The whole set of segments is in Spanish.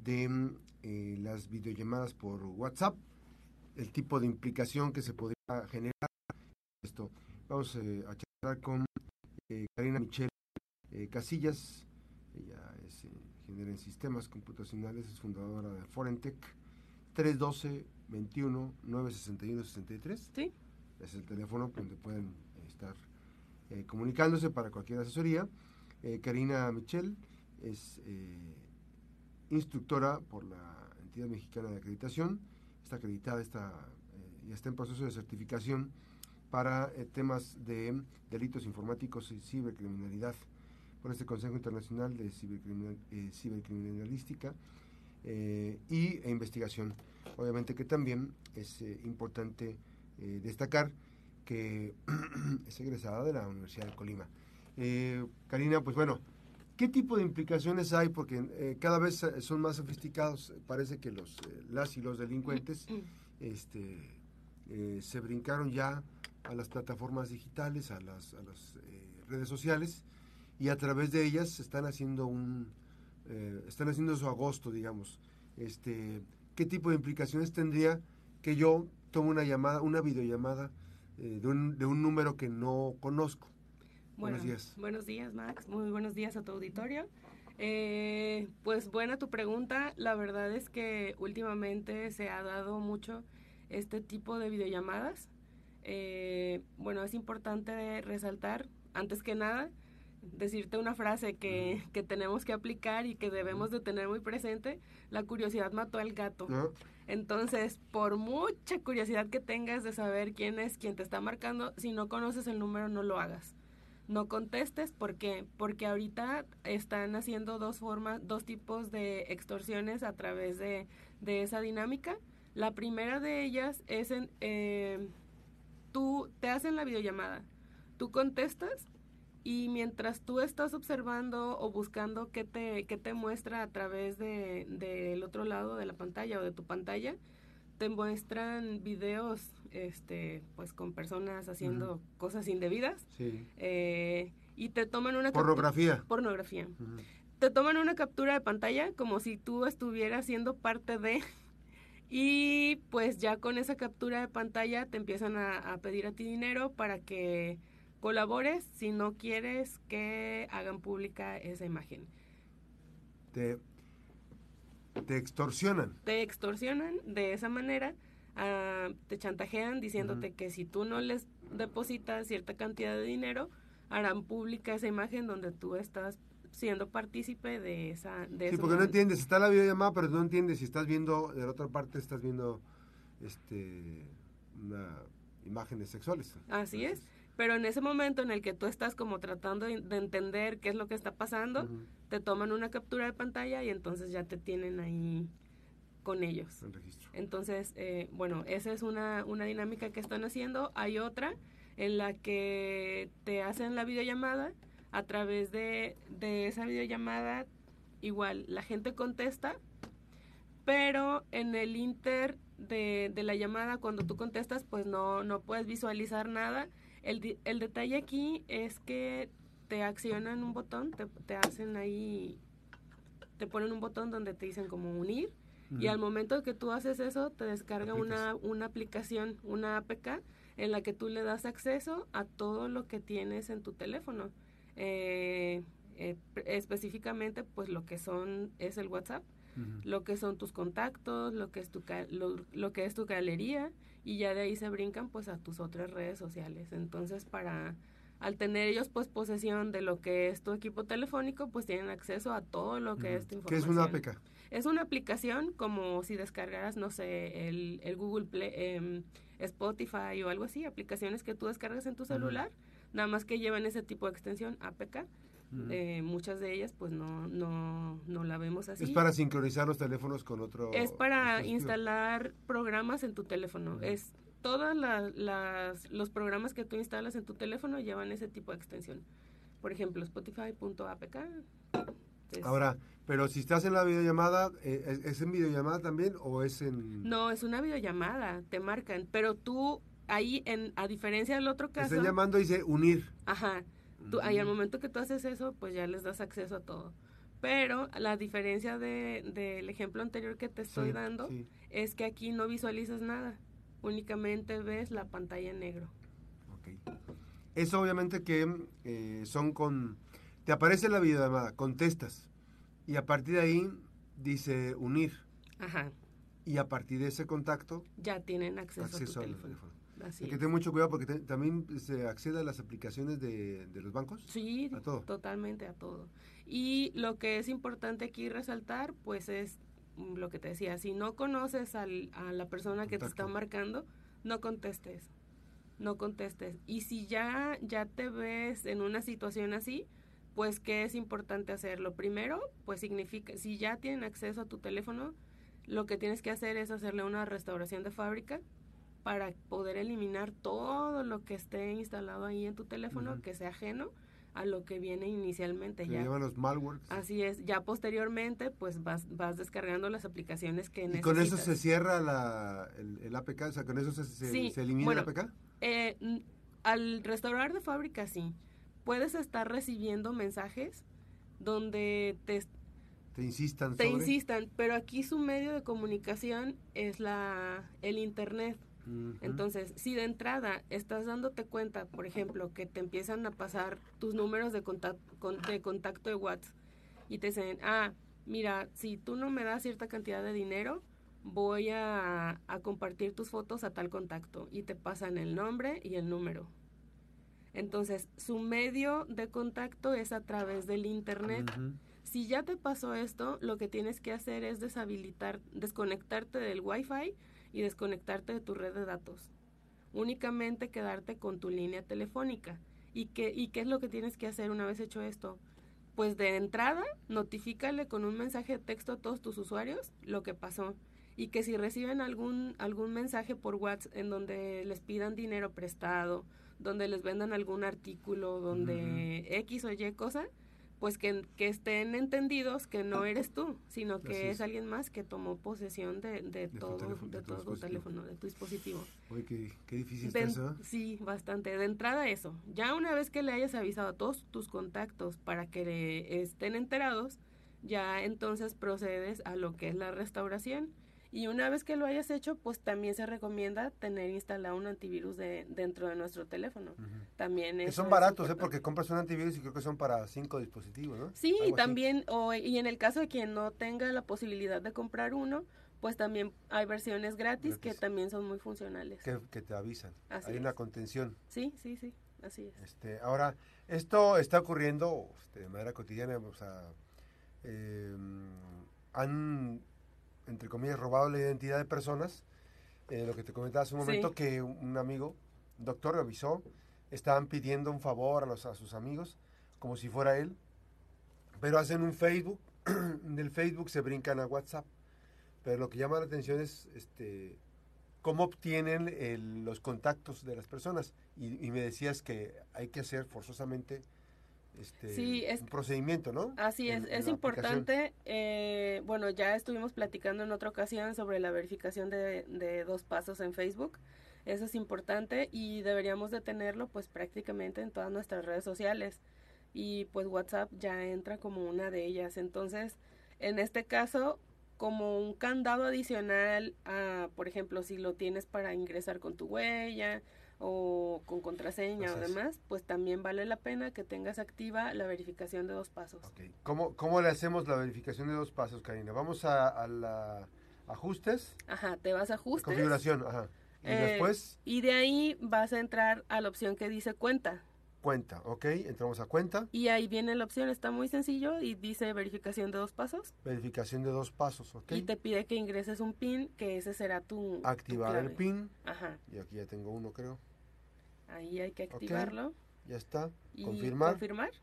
de las videollamadas por WhatsApp, el tipo de implicación que se podría generar esto. Vamos a charlar con Karina Michel Casillas. Ella es ingeniera en sistemas computacionales, es fundadora de Forentec. 312-21-961-63. Sí. Es el teléfono donde pueden estar comunicándose para cualquier asesoría. Karina Michel es instructora por la entidad mexicana de acreditación. Está acreditada, ya está en proceso de certificación para temas de delitos informáticos y cibercriminalidad por este Consejo Internacional de Cibercriminalística e investigación. Obviamente que también es importante destacar que es egresada de la Universidad de Colima. Karina, pues bueno, ¿qué tipo de implicaciones hay? Porque cada vez son más sofisticados. Parece que las y los delincuentes se brincaron ya a las plataformas digitales, a las redes sociales, y a través de ellas están haciendo su agosto, digamos. ¿Qué tipo de implicaciones tendría que yo tome una videollamada de un número que no conozco? Bueno, buenos días. Buenos días, Max. Muy buenos días a tu auditorio. Pues buena tu pregunta. La verdad es que últimamente se ha dado mucho este tipo de videollamadas. Bueno, es importante resaltar, antes que nada, decirte una frase que tenemos que aplicar y que debemos de tener muy presente: la curiosidad mató al gato. Entonces, por mucha curiosidad que tengas de saber quién es quien te está marcando, si no conoces el número, no lo hagas. No contestes. ¿Por qué? Porque ahorita están haciendo dos tipos de extorsiones a través de esa dinámica. La primera de ellas es tú te hacen la videollamada, tú contestas, y mientras tú estás observando o buscando qué te muestra a través del otro lado de la pantalla o de tu pantalla, te muestran videos pues con personas haciendo cosas indebidas. Sí. Y te toman una pornografía. Te toman una captura de pantalla como si tú estuvieras siendo parte de, y pues ya con esa captura de pantalla te empiezan a pedir a ti dinero para que colabores si no quieres que hagan pública esa imagen. Te extorsionan. Te extorsionan de esa manera. Te chantajean diciéndote que si tú no les depositas cierta cantidad de dinero, harán pública esa imagen donde tú estás siendo partícipe de esa... Sí, porque no entiendes, está la videollamada, pero no entiendes si estás viendo, de la otra parte estás viendo imágenes sexuales. Así es, pero en ese momento en el que tú estás como tratando de entender qué es lo que está pasando, te toman una captura de pantalla y entonces ya te tienen ahí con ellos. El registro. Entonces, bueno, esa es una dinámica que están haciendo. Hay otra en la que te hacen la videollamada. A través de esa videollamada, igual, la gente contesta, pero en el inter de la llamada, cuando tú contestas, pues no puedes visualizar nada. El detalle aquí es que te accionan un botón, te hacen ahí, te ponen un botón donde te dicen como unir, y al momento que tú haces eso, te descarga una aplicación, una APK, en la que tú le das acceso a todo lo que tienes en tu teléfono. Específicamente, pues lo que es el WhatsApp, lo que son tus contactos, lo que es lo que es tu galería, y ya de ahí se brincan pues a tus otras redes sociales. Entonces, al tener ellos pues posesión de lo que es tu equipo telefónico, pues tienen acceso a todo lo que es tu información. ¿Qué es una APK? Es una aplicación como si descargaras, no sé, el Google Play, Spotify o algo así, aplicaciones que tú descargas en tu celular, nada más que llevan ese tipo de extensión, APK. Muchas de ellas pues no la vemos así. Es para sincronizar los teléfonos con otro. Es para instalar programas en tu teléfono. Es todos los programas que tú instalas en tu teléfono llevan ese tipo de extensión. Por ejemplo, Spotify.apk. Ahora, pero si estás en la videollamada, ¿es en videollamada también o es en...? No, es una videollamada, te marcan, pero tú ahí, a diferencia del otro caso... Te están llamando y dice unir. Ajá, ahí al momento que tú haces eso, pues ya les das acceso a todo. Pero la diferencia del ejemplo anterior que te estoy dando es que aquí no visualizas nada, únicamente ves la pantalla en negro. Okay. Eso obviamente que te aparece la videollamada, contestas y a partir de ahí dice unir. Ajá. Y a partir de ese contacto ya tienen acceso a tu teléfono. Así Hay que tener mucho cuidado porque también se accede a las aplicaciones de los bancos. Sí, a todo. Totalmente a todo. Y lo que es importante aquí resaltar, pues es lo que te decía, si no conoces a la persona que te está marcando, no contestes. Y si ya te ves en una situación así, pues ¿qué es importante hacer? Lo primero, pues significa, si ya tienen acceso a tu teléfono, lo que tienes que hacer es hacerle una restauración de fábrica para poder eliminar todo lo que esté instalado ahí en tu teléfono, que sea ajeno a lo que viene inicialmente. Se llaman los malwares. Así es, ya posteriormente pues vas descargando las aplicaciones que necesitas. ¿Y con eso se cierra el APK? O sea, ¿con eso se elimina el APK? Al restaurar de fábrica sí, puedes estar recibiendo mensajes donde te insistan, pero aquí su medio de comunicación es el internet. Entonces, si de entrada estás dándote cuenta, por ejemplo, que te empiezan a pasar tus números de contacto de WhatsApp y te dicen, mira, si tú no me das cierta cantidad de dinero, voy a compartir tus fotos a tal contacto, y te pasan el nombre y el número. Entonces, su medio de contacto es a través del internet. Si ya te pasó esto, lo que tienes que hacer es desconectarte del Wi-Fi y desconectarte de tu red de datos. Únicamente quedarte con tu línea telefónica. ¿Y qué es lo que tienes que hacer una vez hecho esto? Pues de entrada, notifícale con un mensaje de texto a todos tus usuarios lo que pasó. Y que si reciben algún mensaje por WhatsApp en donde les pidan dinero prestado, donde les vendan algún artículo, donde X o Y cosa, pues que estén entendidos que no eres tú, sino que es alguien más que tomó posesión de todo tu teléfono, de tu dispositivo. Oye, qué difícil está eso, ¿eh? Sí, bastante. De entrada eso. Ya una vez que le hayas avisado a todos tus contactos para que estén enterados, ya entonces procedes a lo que es la restauración. Y una vez que lo hayas hecho, pues también se recomienda tener instalado un antivirus dentro de nuestro teléfono. También que son baratos, porque compras un antivirus y creo que son para 5 dispositivos, ¿no? Sí, y también, y en el caso de quien no tenga la posibilidad de comprar uno, pues también hay versiones gratis que también son muy funcionales. Que te avisan. Hay una contención. Sí, así es. Ahora, esto está ocurriendo de manera cotidiana, o sea, han, entre comillas, robado la identidad de personas. Lo que te comentaba hace un momento, que un amigo, doctor, avisó, estaban pidiendo un favor a sus amigos, como si fuera él, pero hacen un Facebook, del Facebook se brincan a WhatsApp. Pero lo que llama la atención es cómo obtienen los contactos de las personas. Y me decías que hay que hacer forzosamente un procedimiento, ¿no? Así es importante. Bueno, ya estuvimos platicando en otra ocasión sobre la verificación de 2 pasos en Facebook. Eso es importante y deberíamos de tenerlo pues prácticamente en todas nuestras redes sociales. Y pues WhatsApp ya entra como una de ellas. Entonces, en este caso, como un candado adicional a, por ejemplo, si lo tienes para ingresar con tu huella o con contraseña o demás, pues también vale la pena que tengas activa la verificación de 2 pasos. Okay. ¿Cómo le hacemos la verificación de 2 pasos, Karina? Vamos a la ajustes. Ajá, te vas a ajustes. Configuración, ajá. Y después. Y de ahí vas a entrar a la opción que dice cuenta. Cuenta, ok, entramos a cuenta. Y ahí viene la opción, está muy sencillo y dice verificación de 2 pasos. Verificación de 2 pasos, ok. Y te pide que ingreses un PIN, que ese será tu activar el PIN. Ajá. Y aquí ya tengo uno, creo. Ahí hay que activarlo. Okay. Ya está. Y confirmar.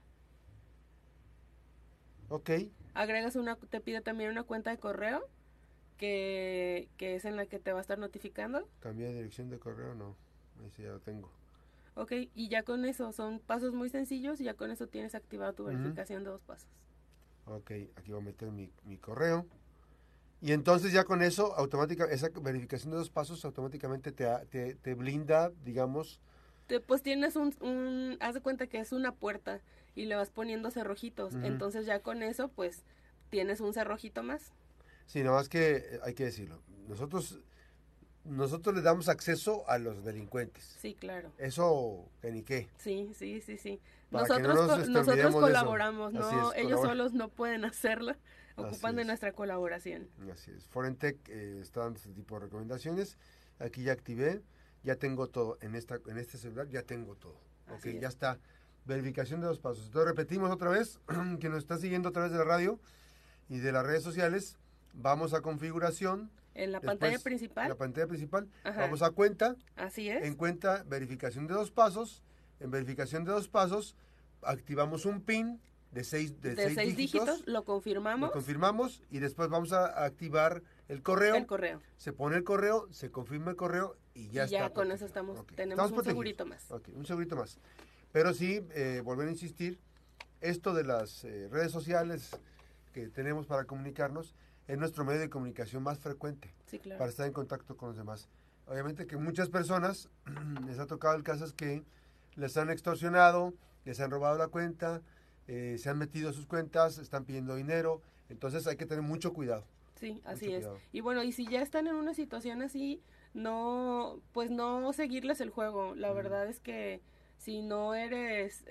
Ok. Te pide también una cuenta de correo que es en la que te va a estar notificando. ¿Cambiar de dirección de correo? No, ahí sí ya lo tengo. Ok, y ya con eso, son pasos muy sencillos y ya con eso tienes activado tu verificación de 2 pasos. Ok, aquí voy a meter mi correo. Y entonces ya con eso, esa verificación de 2 pasos automáticamente te blinda, digamos. Pues tienes haz de cuenta que es una puerta y le vas poniendo cerrojitos. Entonces ya con eso, pues tienes un cerrojito más. Sí, nada más que hay que decirlo. Nosotros les damos acceso a los delincuentes. Sí, claro. Eso, que ni qué. Sí, sí, sí, sí. Para que no Nosotros, nos nosotros olvidemos de eso. colaboramos, Así no, es, ellos solos no pueden hacerlo, Así ocupan de es. nuestra colaboración. Así es. Forentec está dando este tipo de recomendaciones. Aquí ya activé, ya tengo todo. En este celular ya tengo todo. Así Ok, es. ya está. Verificación de los pasos. Entonces repetimos otra vez, que nos está siguiendo a través de la radio y de las redes sociales. Vamos a configuración. En la Después, pantalla principal. En la pantalla principal. Ajá. Vamos a cuenta. Así es. En cuenta, verificación de 2 pasos. En verificación de 2 pasos, activamos un PIN de 6 dígitos. Lo confirmamos. Lo confirmamos y después vamos a activar el correo. El correo. Se pone el correo, se confirma el correo y ya está. Ya con eso tenemos un segurito más. Okay, un segurito más. Pero sí, volver a insistir, esto de las redes sociales que tenemos para comunicarnos es nuestro medio de comunicación más frecuente. Sí, claro. Para estar en contacto con los demás. Obviamente que muchas personas les ha tocado el caso es que les han extorsionado, les han robado la cuenta, se han metido a sus cuentas, están pidiendo dinero, entonces hay que tener mucho cuidado. Sí, así es. Y bueno, y si ya están en una situación así, no seguirles el juego. La verdad es que si no eres,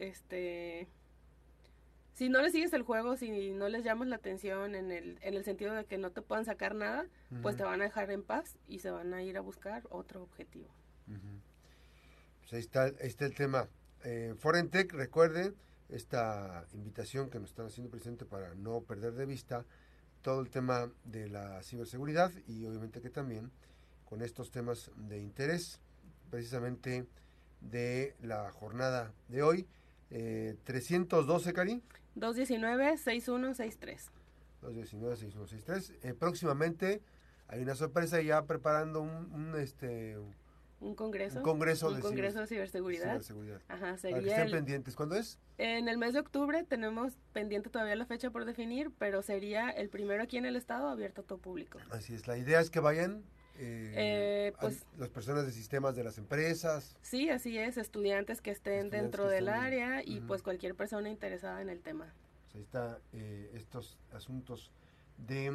si no les sigues el juego, si no les llamas la atención en el sentido de que no te puedan sacar nada, pues te van a dejar en paz y se van a ir a buscar otro objetivo. Pues ahí está el tema. Forentec, recuerde esta invitación que nos están haciendo presente para no perder de vista todo el tema de la ciberseguridad y obviamente que también con estos temas de interés, precisamente de la jornada de hoy. 312, Cari. 219-6163. 219-6163. Próximamente hay una sorpresa ya preparando un congreso. Un congreso de ciberseguridad. Ajá, sería para que estén pendientes. ¿Cuándo es? En el mes de octubre. Tenemos pendiente todavía la fecha por definir, pero sería el primero aquí en el estado, abierto a todo público. Así es. La idea es que vayan pues, las personas de sistemas de las empresas. Sí, así es. Estudiantes que estén dentro del área y pues cualquier persona interesada en el tema. Pues ahí está estos asuntos de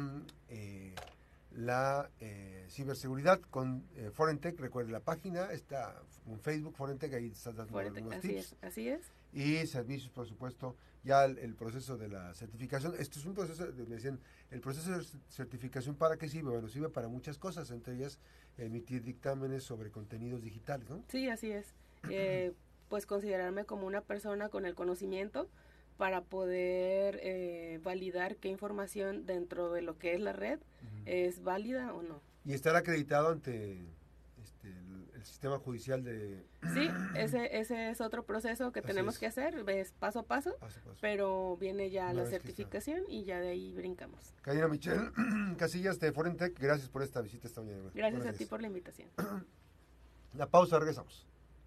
la ciberseguridad con Forentec. Recuerde la página, está en Facebook Forentec, ahí estás dando algunos tips. Así es. Y servicios, por supuesto, ya el proceso de la certificación. Esto es un proceso, me decían, el proceso de certificación, ¿para qué sirve? Bueno, sirve para muchas cosas, entre ellas emitir dictámenes sobre contenidos digitales, ¿no? Sí, así es. Pues considerarme como una persona con el conocimiento para poder validar qué información dentro de lo que es la red es válida o no. Y estar acreditado ante el sistema judicial de... Sí, ese es otro proceso que tenemos que hacer, es paso a paso, pero viene ya la certificación y ya de ahí brincamos. Karina Michelle Casillas de Forentec, gracias por esta visita esta mañana. Gracias a ti por la invitación. La pausa, regresamos.